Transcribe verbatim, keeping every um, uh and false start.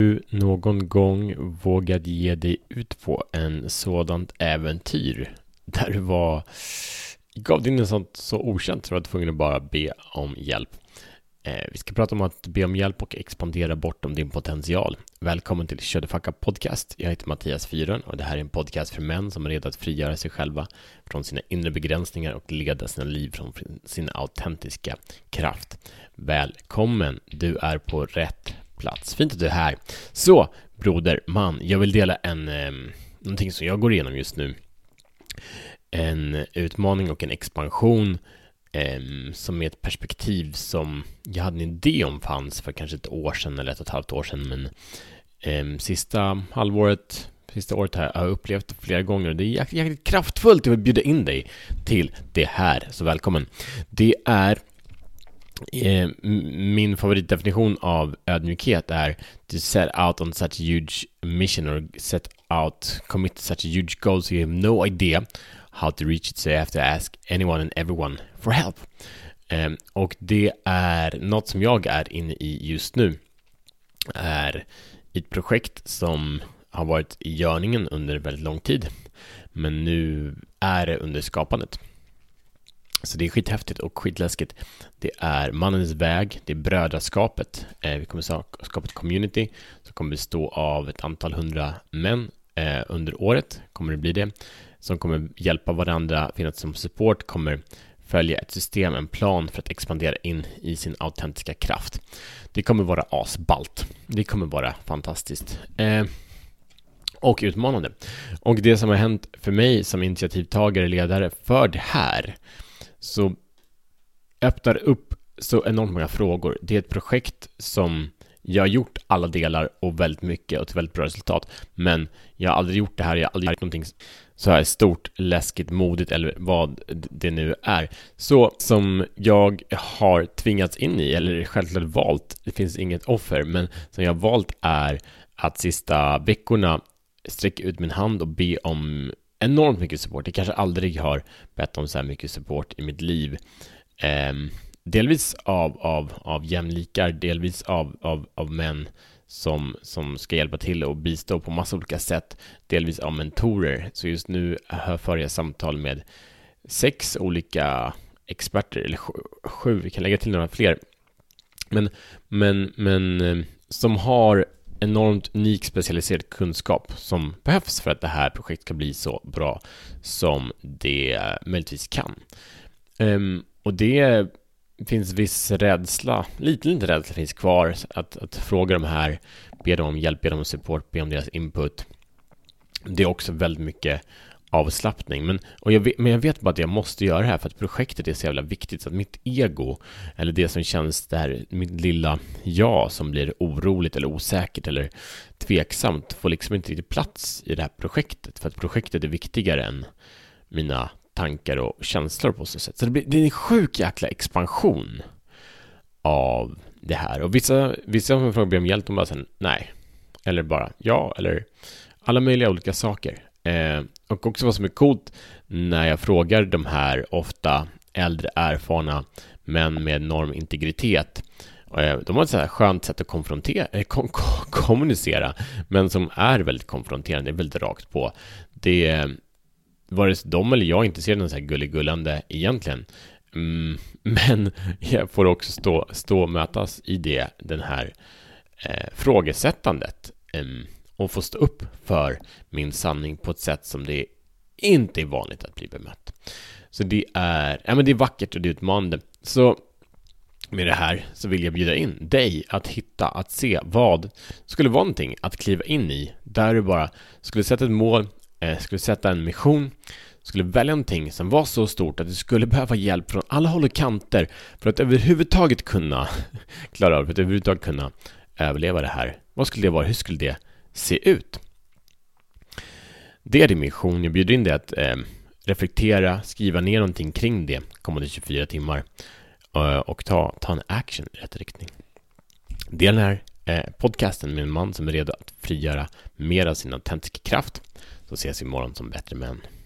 Du någon gång vågat ge dig ut på en sådant äventyr där du var gav dig in en sånt så okänt så du var tvungen att bara be om hjälp. Eh, vi ska prata om att be om hjälp och expandera bortom din potential. Välkommen till Shut the Fuck Up Podcast. Jag heter Mattias Fyren och det här är en podcast för män som är redo att frigöra sig själva från sina inre begränsningar och leda sina liv från sin autentiska kraft. Välkommen, du är på rätt plats. Fint att du är här. Så, broder, man, jag vill dela en eh, någonting som jag går igenom just nu. En utmaning och en expansion eh, som är ett perspektiv som jag hade en idé om fanns för kanske ett år sedan eller ett och ett halvt år sedan, men eh, sista halvåret sista året här har jag upplevt det flera gånger och det är jäkligt, jäkligt kraftfullt. Jag vill bjuda in dig till det här, så välkommen. Det är Eh, min favoritdefinition av ödmjukhet är to set out on such a huge mission or set out, commit to such a huge goal so you have no idea how to reach it, so you have to ask anyone and everyone for help. Eh, och det är något som jag är inne i just nu, är ett projekt som har varit i görningen under väldigt lång tid, men nu är det under skapandet. Så det är skithäftigt och skitläskigt. Det är mannens väg, det är brödraskapet. Eh, vi kommer skapa ett community som kommer bestå av ett antal hundra män eh, under året. Kommer det bli det. Som kommer hjälpa varandra, finnas som support, kommer följa ett system, en plan för att expandera in i sin autentiska kraft. Det kommer vara asballt. Det kommer vara fantastiskt. Eh, och utmanande. Och det som har hänt för mig som initiativtagare, ledare för det här, så öppnar upp så enormt många frågor. Det är ett projekt som jag har gjort alla delar och väldigt mycket och till väldigt bra resultat. Men jag har aldrig gjort det här, jag har aldrig gjort någonting så här stort, läskigt, modigt eller vad det nu är. Så som jag har tvingats in i, eller självklart valt, det finns inget offer, men som jag har valt är att sista veckorna sträcka ut min hand och be om enormt mycket support. Jag kanske aldrig har bett om så här mycket support i mitt liv. Eh, delvis av, av, av jämlikar, delvis av, av, av män som, som ska hjälpa till och bistå på massa olika sätt. Delvis av mentorer. Så just nu för jag samtal med sex olika experter, eller sju, sju vi kan lägga till några fler. Men, men, men eh, som har enormt unik specialiserad kunskap som behövs för att det här projektet ska bli så bra som det möjligtvis kan. Um, och det finns viss rädsla, lite lite rädsla finns kvar att, att fråga de här, be dem om hjälp, be dem om support, be om deras input. Det är också väldigt mycket avslappning, men, och jag vet, men jag vet bara att jag måste göra det här för att projektet är så jävla viktigt, så att mitt ego, eller det som känns där, mitt lilla jag som blir oroligt eller osäkert eller tveksamt, får liksom inte riktigt plats i det här projektet, för att projektet är viktigare än mina tankar och känslor på så sätt. Så det blir det är en sjuk jäkla expansion av det här, och vissa, vissa som frågar om hjälp, de bara säger nej, eller bara ja, eller alla möjliga olika saker. Eh, och också vad som är coolt när jag frågar de här ofta äldre erfarna män med enorm integritet, eh, de har ett så här skönt sätt att konfrontera, eh, kom, kom, kommunicera, men som är väldigt konfronterande, väldigt rakt på. Det är vare sig de eller jag inte ser den så här gulligullande egentligen, mm, men jag får också stå, stå och mötas i det, den här eh, frågesättandet, eh, och få stå upp för min sanning på ett sätt som det inte är vanligt att bli bemött. Så det är, ja, men det är vackert och det är utmanande. Så med det här så vill jag bjuda in dig att hitta, att se vad skulle vara någonting att kliva in i, där du bara skulle sätta ett mål, eh, skulle sätta en mission, skulle välja någonting som var så stort att du skulle behöva hjälp från alla håll och kanter för att överhuvudtaget kunna klara av, för att överhuvudtaget kunna överleva det här. Vad skulle det vara? Hur skulle det se ut? Det är din mission. Jag bjuder in dig att eh, reflektera, skriva ner någonting kring det kommande tjugofyra timmar eh, och ta, ta en action i rätt riktning. Det är den här eh, podcasten med en man som är redo att frigöra mer av sin autentiska kraft. Så ses vi imorgon som bättre män.